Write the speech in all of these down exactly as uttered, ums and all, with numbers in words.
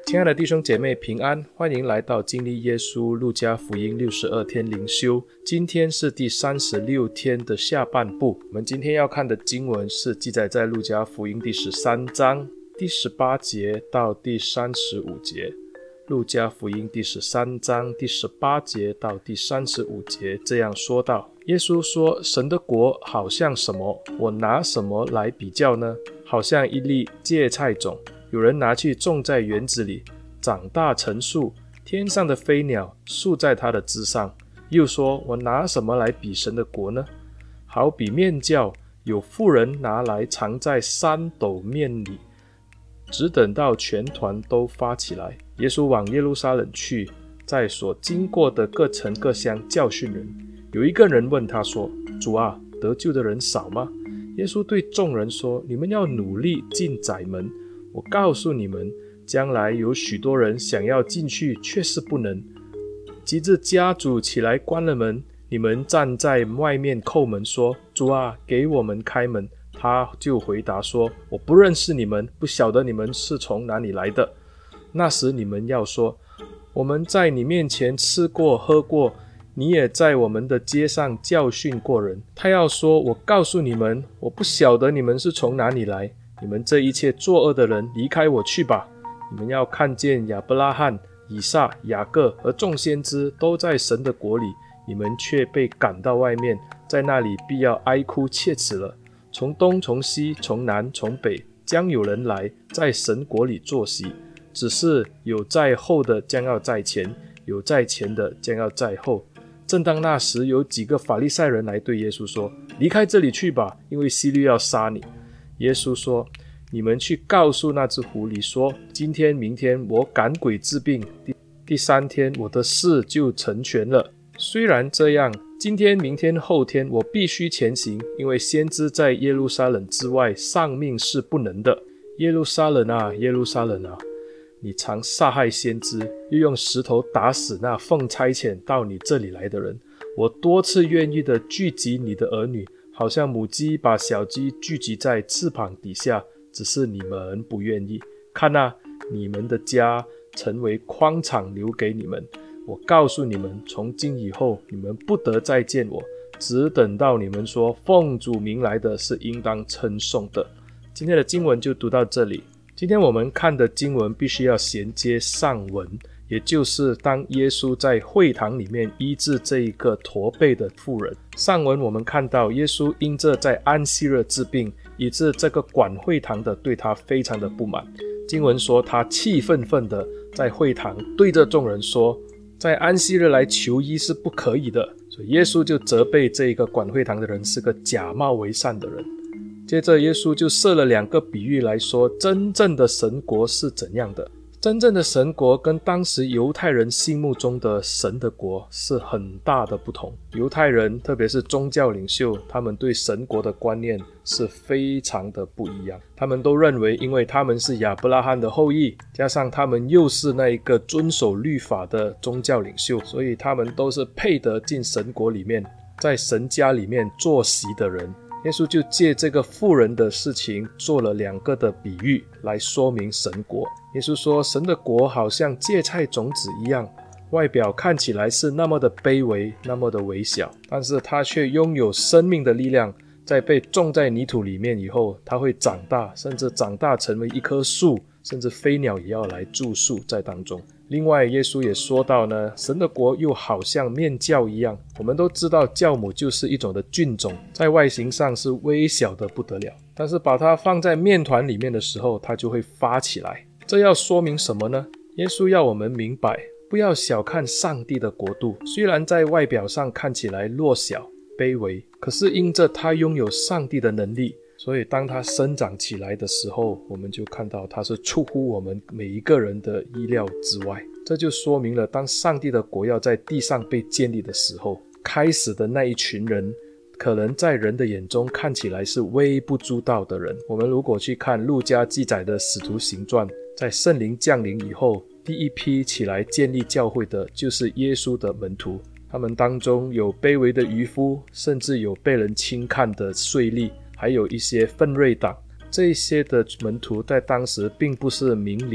亲爱的弟兄姐妹平安，欢迎来到经历耶稣路加福音六十二天灵修。今天是第三十六天的下半部，我们今天要看的经文是记载在路加福音第十三章第十八节到第三十五节。路加福音第十三章第十八节到第三十五节这样说道：耶稣说，神的国好像什么？我拿什么来比较呢？好像一粒芥菜种，有人拿去种在园子里，长大成树，天上的飞鸟宿在它的枝上。又说，我拿什么来比神的国呢？好比面酵，有妇人拿来藏在三斗面里，只等到全团都发起来。耶稣往耶路撒冷去，在所经过的各城各乡教训人。有一个人问他说，主啊，得救的人少吗？耶稣对众人说，你们要努力进窄门。我告诉你们，将来有许多人想要进去，却是不能。及至家主起来关了门，你们站在外面叩门说，主啊，给我们开门。他就回答说，我不认识你们，不晓得你们是从哪里来的。那时你们要说，我们在你面前吃过喝过，你也在我们的街上教训过人。他要说，我告诉你们，我不晓得你们是从哪里来，你们这一切作恶的人，离开我去吧。你们要看见亚伯拉罕、以撒、雅各和众先知都在神的国里，你们却被赶到外面，在那里必要哀哭切齿了。从东从西从南从北，将有人来在神国里坐席，只是有在后的将要在前，有在前的将要在后。正当那时，有几个法利赛人来对耶稣说，离开这里去吧，因为希律要杀你。耶稣说，你们去告诉那只狐狸说，今天明天我赶鬼治病，第第三天我的事就成全了。虽然这样，今天明天后天我必须前行，因为先知在耶路撒冷之外丧命是不能的。耶路撒冷啊，耶路撒冷啊，你常杀害先知，又用石头打死那奉差遣到你这里来的人。我多次愿意的聚集你的儿女，好像母鸡把小鸡聚集在翅膀底下，只是你们不愿意。看啊，你们的家成为荒场，留给你们。我告诉你们，从今以后你们不得再见我，只等到你们说奉主名来的是应当称颂的。今天的经文就读到这里。今天我们看的经文必须要衔接上文，也就是当耶稣在会堂里面医治这一个驼背的妇人。上文我们看到耶稣因着在安息日治病，以致这个管会堂的对他非常的不满。经文说他气愤愤的在会堂对着众人说，在安息日来求医是不可以的。所以耶稣就责备这个管会堂的人是个假冒为善的人。接着耶稣就设了两个比喻来说真正的神国是怎样的。真正的神国跟当时犹太人心目中的神的国是很大的不同。犹太人特别是宗教领袖，他们对神国的观念是非常的不一样。他们都认为因为他们是亚伯拉罕的后裔，加上他们又是那一个遵守律法的宗教领袖，所以他们都是配得进神国里面，在神家里面坐席的人。耶稣就借这个妇人的事情做了两个的比喻来说明神国。耶稣说，神的国好像芥菜种子一样，外表看起来是那么的卑微，那么的微小，但是它却拥有生命的力量。在被种在泥土里面以后，它会长大，甚至长大成为一棵树，甚至飞鸟也要来住宿在当中。另外耶稣也说到呢，神的国又好像面酵一样。我们都知道酵母就是一种的菌种，在外形上是微小的不得了，但是把它放在面团里面的时候，它就会发起来。这要说明什么呢？耶稣要我们明白，不要小看上帝的国度，虽然在外表上看起来弱小卑微，可是因着它拥有上帝的能力，所以当它生长起来的时候，我们就看到它是出乎我们每一个人的意料之外。这就说明了，当上帝的国要在地上被建立的时候，开始的那一群人可能在人的眼中看起来是微不足道的人。我们如果去看路加记载的使徒行传，在圣灵降临以后，第一批起来建立教会的就是耶稣的门徒。他们当中有卑微的渔夫，甚至有被人轻看的税吏，还有一些奋锐党。这些的门徒在当时并不是名流，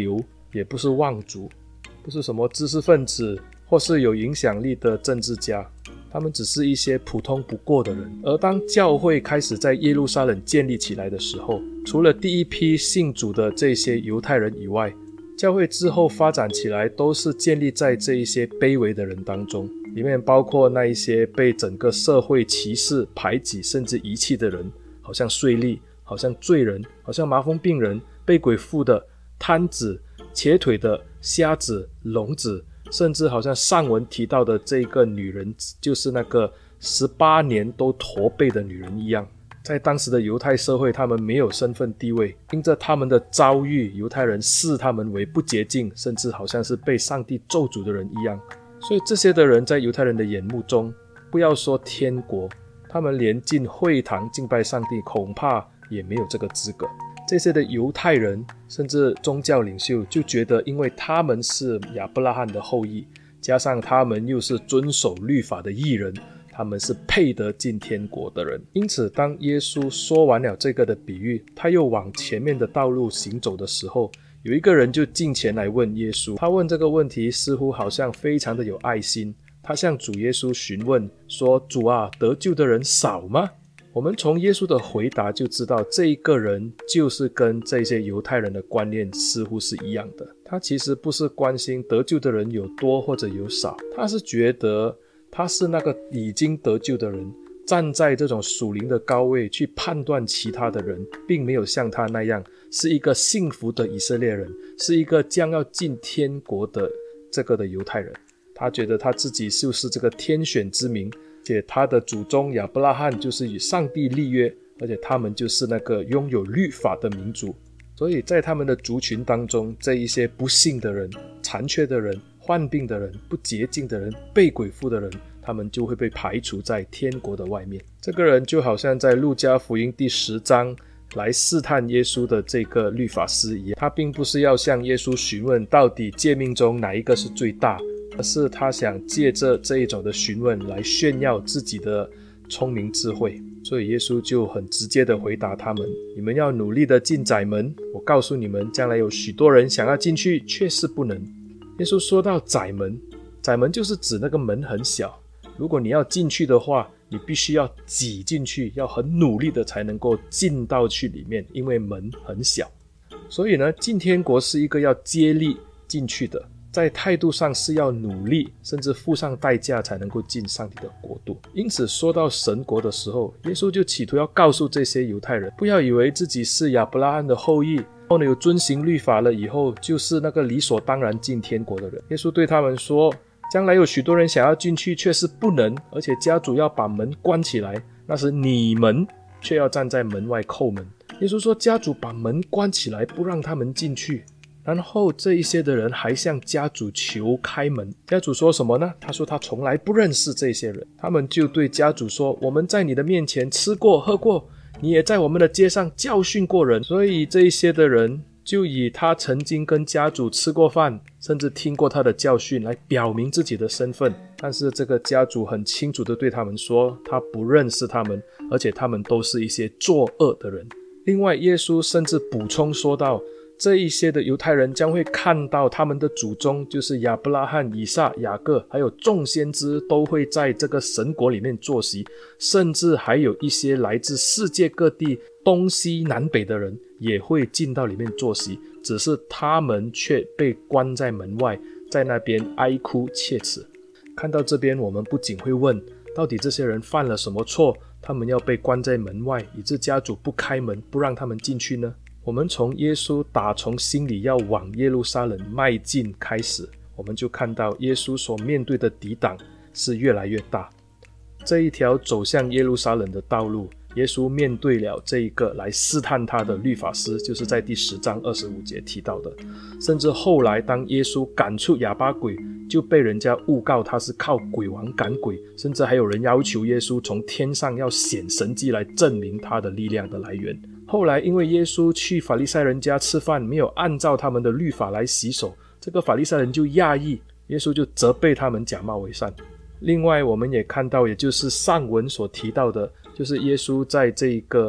也不是望族，不是什么知识分子或是有影响力的政治家，他们只是一些普通不过的人。而当教会开始在耶路撒冷建立起来的时候，除了第一批信主的这些犹太人以外，教会之后发展起来都是建立在这一些卑微的人当中，里面包括那一些被整个社会歧视、排挤甚至遗弃的人，好像税吏，好像罪人，好像麻风病人，被鬼附的，瘫子，瘸腿的，瞎子，聋子，甚至好像上文提到的这个女人，就是那个十八年都驼背的女人一样。在当时的犹太社会，他们没有身份地位，因着他们的遭遇，犹太人视他们为不洁净，甚至好像是被上帝咒诅的人一样。所以这些的人在犹太人的眼目中，不要说天国，他们连进会堂敬拜上帝恐怕也没有这个资格。这些的犹太人甚至宗教领袖就觉得，因为他们是亚伯拉罕的后裔，加上他们又是遵守律法的义人，他们是配得进天国的人。因此当耶稣说完了这个的比喻，他又往前面的道路行走的时候，有一个人就近前来问耶稣。他问这个问题似乎好像非常的有爱心，他向主耶稣询问说，主啊，得救的人少吗？我们从耶稣的回答就知道，这一个人就是跟这些犹太人的观念似乎是一样的。他其实不是关心得救的人有多或者有少，他是觉得他是那个已经得救的人，站在这种属灵的高位去判断其他的人，并没有像他那样是一个幸福的以色列人，是一个将要进天国的这个的犹太人。他觉得他自己就是这个天选之民，而且他的祖宗亚伯拉罕就是与上帝立约，而且他们就是那个拥有律法的民族。所以在他们的族群当中，这一些不幸的人、残缺的人、患病的人、不洁净的人、被鬼附的人，他们就会被排除在天国的外面。这个人就好像在路加福音第十章来试探耶稣的这个律法师一样，他并不是要向耶稣询问到底诫命中哪一个是最大，而是他想借着这一种的询问来炫耀自己的聪明智慧。所以耶稣就很直接的回答他们，你们要努力的进窄门，我告诉你们，将来有许多人想要进去，却是不能。耶稣说到窄门，窄门就是指那个门很小，如果你要进去的话，你必须要挤进去，要很努力的才能够进到去里面，因为门很小。所以呢，进天国是一个要接力进去的，在态度上是要努力，甚至付上代价才能够进上帝的国度。因此说到神国的时候，耶稣就企图要告诉这些犹太人，不要以为自己是亚伯拉罕的后裔，然后呢有遵行律法了以后，就是那个理所当然进天国的人。耶稣对他们说，将来有许多人想要进去，却是不能，而且家主要把门关起来，那时你们却要站在门外叩门。耶稣说，家主把门关起来，不让他们进去，然后这一些的人还向家主求开门。家主说什么呢？他说他从来不认识这些人。他们就对家主说，我们在你的面前吃过喝过，你也在我们的街上教训过人。所以这一些的人就以他曾经跟家主吃过饭，甚至听过他的教训来表明自己的身份。但是这个家主很清楚地对他们说，他不认识他们，而且他们都是一些作恶的人。另外耶稣甚至补充说道，这一些的犹太人将会看到他们的祖宗，就是亚伯拉罕、以撒、雅各还有众先知都会在这个神国里面坐席，甚至还有一些来自世界各地东西南北的人也会进到里面坐席，只是他们却被关在门外，在那边哀哭切齿。看到这边，我们不仅会问，到底这些人犯了什么错，他们要被关在门外，以致家主不开门，不让他们进去呢？我们从耶稣打从心里要往耶路撒冷迈进开始，我们就看到耶稣所面对的抵挡是越来越大。这一条走向耶路撒冷的道路，耶稣面对了这一个来试探他的律法师，就是在第十章二十五节提到的。甚至后来当耶稣赶出哑巴鬼，就被人家诬告他是靠鬼王赶鬼，甚至还有人要求耶稣从天上要显神迹来证明他的力量的来源。后来因为耶稣去法利赛人家吃饭，没有按照他们的律法来洗手，这个法利赛人就讶异，耶稣就责备他们假冒为善。另外我们也看到，也就是上文所提到的，就是耶稣在这一个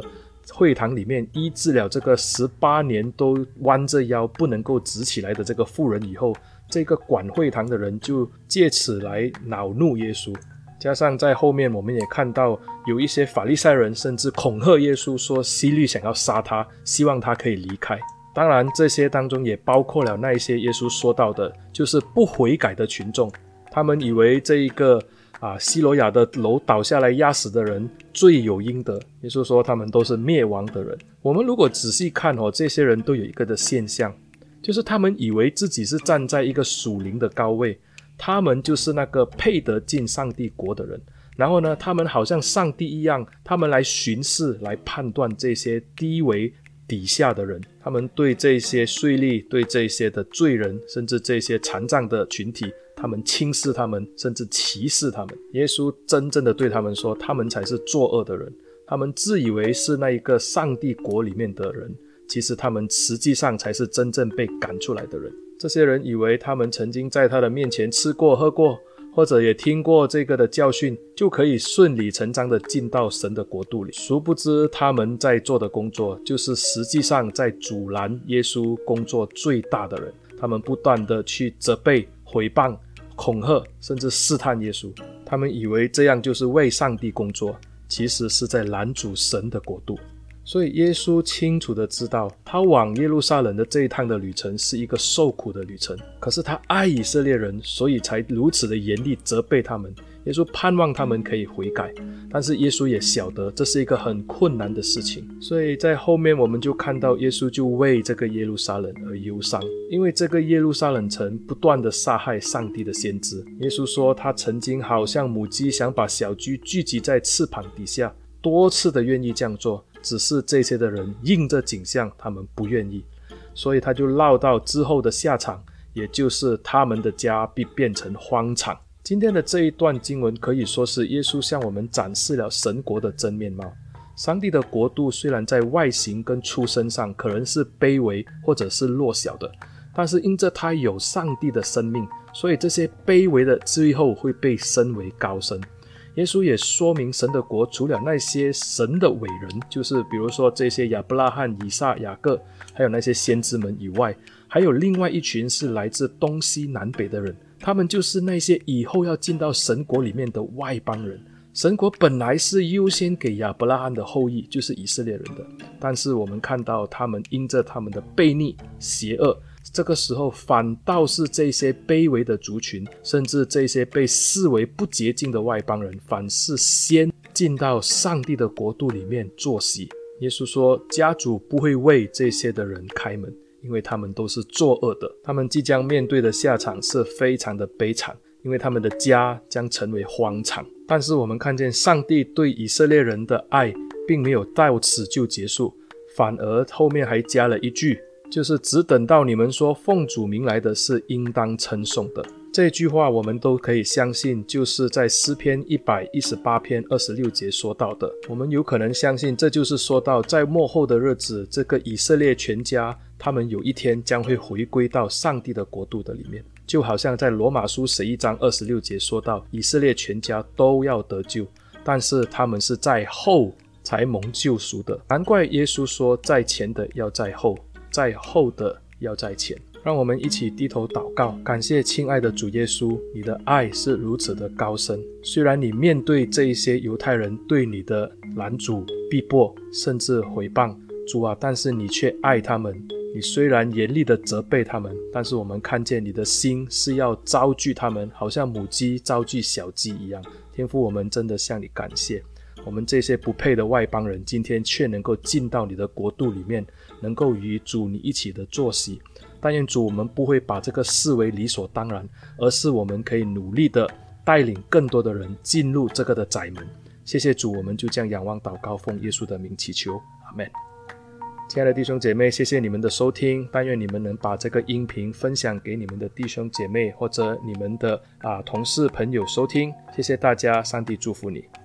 会堂里面医治了这个十八年都弯着腰不能够直起来的这个妇人以后，这个管会堂的人就借此来恼怒耶稣。加上在后面我们也看到有一些法利赛人甚至恐吓耶稣，说希律想要杀他，希望他可以离开。当然这些当中也包括了那一些耶稣说到的就是不悔改的群众，他们以为这一个啊，西罗亚的楼倒下来压死的人罪有应得，耶稣说他们都是灭亡的人。我们如果仔细看哦，这些人都有一个的现象，就是他们以为自己是站在一个属灵的高位，他们就是那个配得进上帝国的人，然后呢，他们好像上帝一样，他们来巡视来判断这些低微底下的人，他们对这些税吏，对这些的罪人，甚至这些残障的群体，他们轻视他们，甚至歧视他们。耶稣真正的对他们说，他们才是作恶的人，他们自以为是那一个上帝国里面的人，其实他们实际上才是真正被赶出来的人。这些人以为他们曾经在他的面前吃过喝过，或者也听过这个的教训，就可以顺理成章的进到神的国度里。殊不知他们在做的工作，就是实际上在阻拦耶稣工作最大的人。他们不断的去责备、毁谤、恐吓，甚至试探耶稣。他们以为这样就是为上帝工作，其实是在拦阻神的国度。所以耶稣清楚的知道，他往耶路撒冷的这一趟的旅程是一个受苦的旅程，可是他爱以色列人，所以才如此的严厉责备他们。耶稣盼望他们可以悔改，但是耶稣也晓得这是一个很困难的事情，所以在后面我们就看到耶稣就为这个耶路撒冷而忧伤，因为这个耶路撒冷城不断的杀害上帝的先知。耶稣说他曾经好像母鸡想把小鸡聚集在翅膀底下，多次的愿意这样做，只是这些的人应着景象，他们不愿意，所以他就落到之后的下场，也就是他们的家必变成荒场。今天的这一段经文可以说是耶稣向我们展示了神国的真面貌。上帝的国度虽然在外形跟出身上可能是卑微或者是弱小的，但是因着他有上帝的生命，所以这些卑微的最后会被升为高升。耶稣也说明神的国除了那些神的伟人，就是比如说这些亚伯拉罕、以撒、雅各，还有那些先知们以外，还有另外一群是来自东西南北的人，他们就是那些以后要进到神国里面的外邦人。神国本来是优先给亚伯拉罕的后裔，就是以色列人的，但是我们看到他们因着他们的悖逆、邪恶，这个时候反倒是这些卑微的族群，甚至这些被视为不洁净的外邦人，反是先进到上帝的国度里面坐席。耶稣说家主不会为这些的人开门，因为他们都是作恶的，他们即将面对的下场是非常的悲惨，因为他们的家将成为荒场。但是我们看见上帝对以色列人的爱并没有到此就结束，反而后面还加了一句，就是只等到你们说奉主名来的是应当称颂的。这句话我们都可以相信，就是在诗篇一百一十八篇二十六节说到的。我们有可能相信这就是说到在末后的日子，这个以色列全家他们有一天将会回归到上帝的国度的里面，就好像在罗马书十一章二十六节说到以色列全家都要得救，但是他们是在后才蒙救赎的。难怪耶稣说在前的要在后，在后的要在前。让我们一起低头祷告，感谢亲爱的主耶稣，你的爱是如此的高深。虽然你面对这一些犹太人对你的拦阻、逼迫，甚至毁谤，主啊，但是你却爱他们。你虽然严厉的责备他们，但是我们看见你的心是要招聚他们，好像母鸡招聚小鸡一样。天父，我们真的向你感谢，我们这些不配的外邦人今天却能够进到你的国度里面，能够与主你一起的坐席。但愿主我们不会把这个视为理所当然，而是我们可以努力的带领更多的人进入这个的窄门。谢谢主，我们就这样仰望祷告，奉耶稣的名祈求，阿们。亲爱的弟兄姐妹，谢谢你们的收听，但愿你们能把这个音频分享给你们的弟兄姐妹或者你们的、啊、同事朋友收听。谢谢大家，上帝祝福你。